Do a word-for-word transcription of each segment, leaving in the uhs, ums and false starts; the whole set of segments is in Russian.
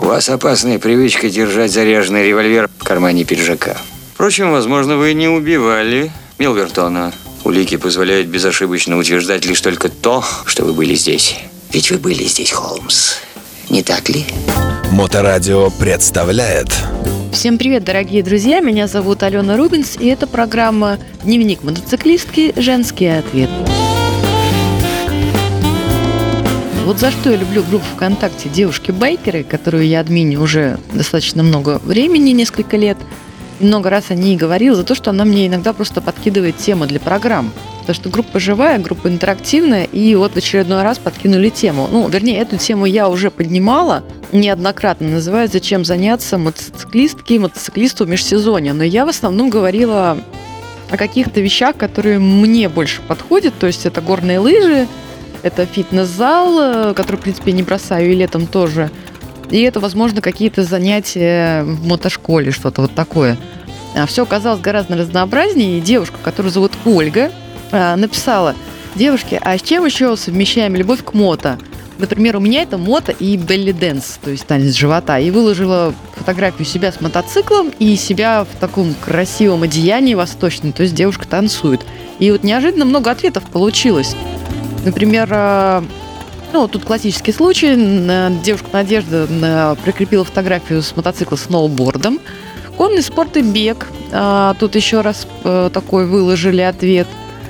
У вас опасная привычка держать заряженный револьвер в кармане пиджака. Впрочем, возможно, вы не убивали Милвертона. Улики позволяют безошибочно утверждать лишь только то, что вы были здесь. Ведь вы были здесь, Холмс. Не так ли? Моторадио представляет. Всем привет, дорогие друзья, меня зовут Алена Рубинс, и это программа «Дневник мотоциклистки. Женский ответ». Вот за что я люблю группу ВКонтакте «Девушки-байкеры», которую я админю уже достаточно много времени, несколько лет. И много раз о ней говорила, за то, что она мне иногда просто подкидывает темы для программ. Потому что группа живая, группа интерактивная, и вот в очередной раз подкинули тему. Ну, вернее, эту тему я уже поднимала неоднократно. Называется «Чем заняться мотоциклистке и мотоциклисту в межсезонье». Но я в основном говорила о каких-то вещах, которые мне больше подходят. То есть это горные лыжи, это фитнес-зал, который, в принципе, не бросаю, и летом тоже. И это, возможно, какие-то занятия в мотошколе, что-то вот такое. Все оказалось гораздо разнообразнее. И девушка, которую зовут Ольга, написала: девушки, а с чем еще совмещаем любовь к мото? Например, у меня это мото и белли дэнс, то есть танец живота. И выложила фотографию себя с мотоциклом и себя в таком красивом одеянии восточном, то есть девушка танцует. И вот неожиданно много ответов получилось. Например, ну, тут классический случай. Девушка Надежда прикрепила фотографию с мотоцикла сноубордом. Конный спорт и бег. Тут еще раз такой выложили ответ.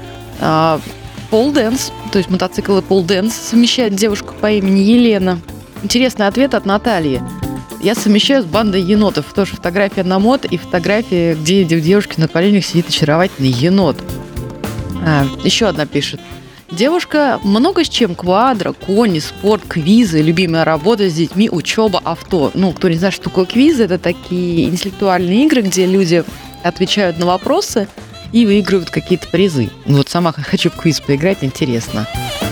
Пол-дэнс, то есть мотоцикл и пол-дэнс совмещает девушка по имени Елена. Интересный ответ от Натальи. Я совмещаю с бандой енотов. Тоже фотография на мото и фотография, где у девушки на коленях сидит очаровательный енот. А, еще одна пишет. Девушка много с чем: квадро, кони, спорт, квизы, любимая работа с детьми, учеба, авто. Ну, кто не знает, что такое квизы, это такие интеллектуальные игры, где люди отвечают на вопросы и выигрывают какие-то призы. Вот сама хочу в квиз поиграть, интересно.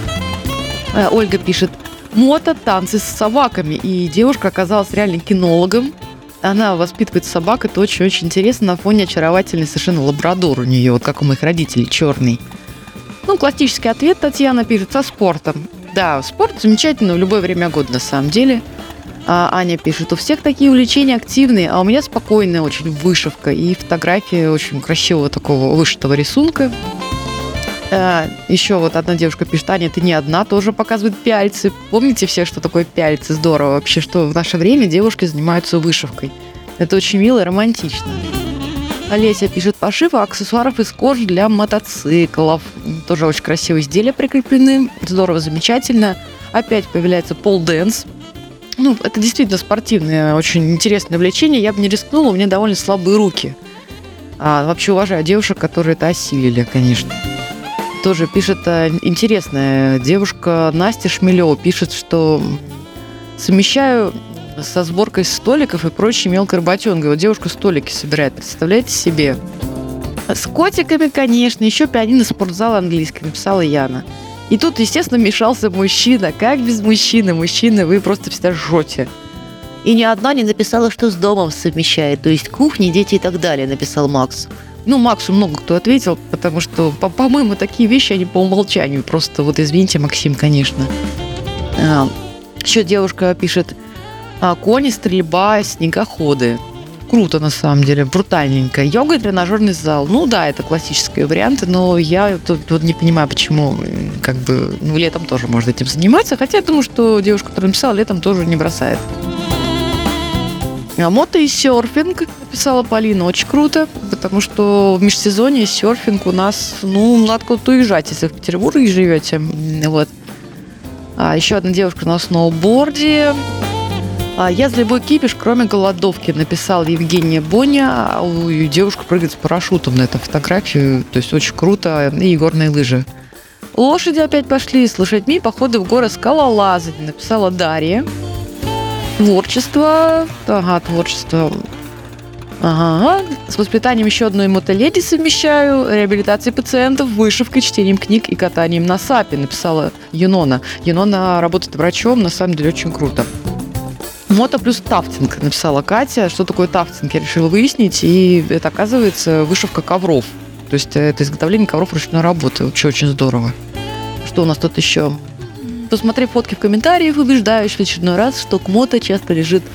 Ольга пишет: мото, танцы с собаками. И девушка оказалась реально кинологом. Она воспитывает собак, это очень-очень интересно. На фоне очаровательный совершенно лабрадор у нее, вот как у моих родителей, черный. Ну, классический ответ Татьяна пишет: со спортом. Да, спорт замечательно в любое время года, на самом деле. А Аня пишет: у всех такие увлечения активные, а у меня спокойная очень вышивка и фотография очень красивого такого вышитого рисунка. А, еще вот одна девушка пишет: Аня, ты не одна, тоже показывает пяльцы. Помните все, что такое пяльцы? Здорово вообще, что в наше время девушки занимаются вышивкой. Это очень мило и романтично. Олеся пишет: пошив аксессуаров из кожи для мотоциклов. Тоже очень красивые изделия прикреплены. Здорово, замечательно. Опять появляется пол-дэнс. Ну, это действительно спортивное, очень интересное увлечение. Я бы не рискнула, у меня довольно слабые руки. А вообще уважаю девушек, которые это осилили, конечно. Тоже пишет интересная девушка Настя Шмелева. Пишет, что совмещаю со сборкой столиков и прочей мелкой работенкой. Вот девушка столики собирает, представляете себе? С котиками, конечно. Еще пианино, спортзал английский, написала Яна. И тут, естественно, вмешался мужчина. Как без мужчины? Мужчины, вы просто всегда жжете. И ни одна не написала, что с домом совмещает. То есть кухни, дети и так далее, написал Макс. Ну, Максу много кто ответил, потому что, по- по-моему, такие вещи, они по умолчанию. Просто вот извините, Максим, конечно. А, еще девушка пишет: а, кони, стрельба, снегоходы. Круто, на самом деле, брутальненько. Йога и тренажерный зал. Ну да, это классические варианты, но я тут, тут не понимаю, почему как бы, ну, летом тоже можно этим заниматься. Хотя я думаю, что девушка, которая написала, летом тоже не бросает. А мото и серфинг, написала Полина, очень круто, потому что в межсезонье серфинг у нас, ну, надо куда-то уезжать, если в Петербурге живете. Вот. А еще одна девушка на сноуборде. Я за любой кипиш, кроме голодовки, написал Евгения Боня. Девушка прыгает с парашютом на эту фотографию. То есть очень круто. И горные лыжи. Лошади опять пошли. С лошадьми походы в горы, скалолазать, написала Дарья. Творчество. Ага, творчество. Ага. С воспитанием еще одной мотоледи совмещаю. Реабилитацией пациентов, вышивкой, чтением книг и катанием на сапе, написала Юнона. Юнона работает врачом. На самом деле очень круто. Мото плюс тафтинг, написала Катя. Что такое тафтинг, я решила выяснить. И это, оказывается, вышивка ковров. То есть это изготовление ковров ручной работы. Вообще очень здорово. Что у нас тут еще? Посмотрев фотки в комментариях, убеждаюсь в очередной раз, что к мото часто лежит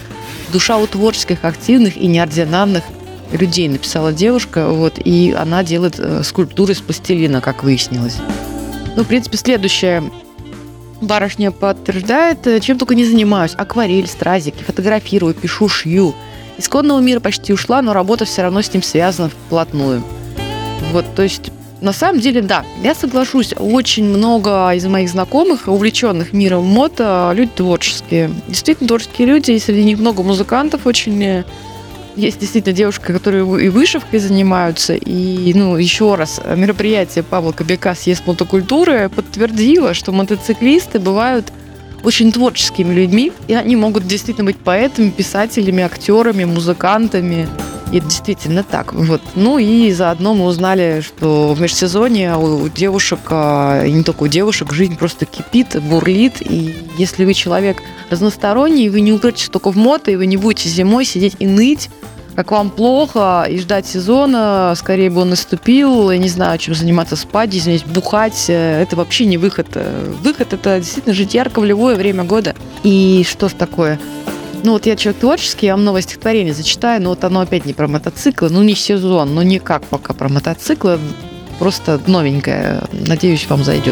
душа у творческих, активных и неординарных людей, написала девушка, вот, и она делает э, скульптуры из пластилина, как выяснилось. Ну, в принципе, следующая барышня подтверждает, э, чем только не занимаюсь. Акварель, стразики, фотографирую, пишу, шью. Исконного мира почти ушла, но работа все равно с ним связана вплотную. Вот, то есть, на самом деле, да, я соглашусь, очень много из моих знакомых, увлеченных миром мод, люди творческие. Действительно творческие люди, и среди них много музыкантов очень. Есть действительно девушки, которые и вышивкой занимаются, и, ну, еще раз, мероприятие Павла Кобяка «Съезд мотокультуры» подтвердило, что мотоциклисты бывают очень творческими людьми, и они могут действительно быть поэтами, писателями, актерами, музыкантами. И это действительно так. Вот. Ну и заодно мы узнали, что в межсезонье у девушек, и не только у девушек, жизнь просто кипит, бурлит. И если вы человек разносторонний, вы не упретесь только в мото, и вы не будете зимой сидеть и ныть, как вам плохо, и ждать сезона, скорее бы он наступил, я не знаю, чем заниматься, спать, здесь бухать, это вообще не выход. Выход – это действительно жить ярко в любое время года. И что ж такое? Ну вот я человек творческий, я вам новое стихотворение зачитаю, но вот оно опять не про мотоциклы, ну не сезон, ну никак пока про мотоциклы, просто новенькое, надеюсь, вам зайдет.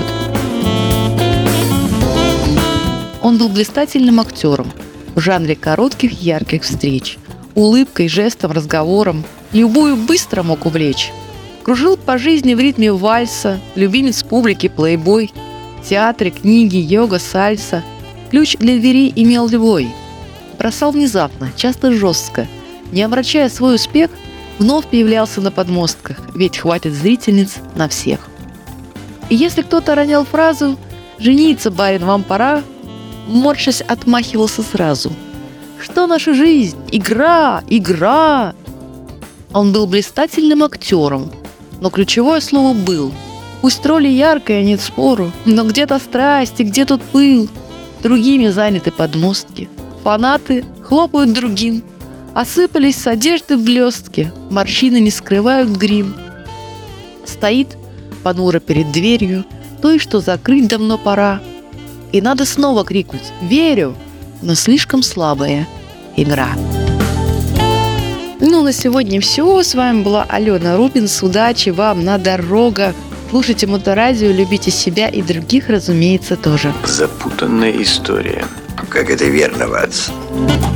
Он был блистательным актером в жанре коротких ярких встреч, улыбкой, жестом, разговором, любую быстро мог увлечь. Кружил по жизни в ритме вальса, любимец публики, плейбой, театры, книги, йога, сальса, ключ для двери имел любой. Бросал внезапно, часто жестко, не омрачая свой успех, вновь появлялся на подмостках, ведь хватит зрительниц на всех. И если кто-то ронял фразу «Жениться, барин, вам пора», морщась отмахивался сразу. Что наша жизнь? Игра! Игра! Он был блистательным актером, но ключевое слово «был». Пусть роли яркая, нет спору, но где-то страсть и где тут пыл. Другими заняты подмостки. Фанаты хлопают другим. Осыпались с одежды блестки. Морщины не скрывают грим. Стоит понуро перед дверью той, что закрыть давно пора. И надо снова крикнуть «Верю!», но слишком слабая игра. Ну, на сегодня все. С вами была Алена Рубинс. Удачи вам на дорогах. Слушайте Моторадио, любите себя и других, разумеется, тоже. Запутанная история. Как это верно, Ватс?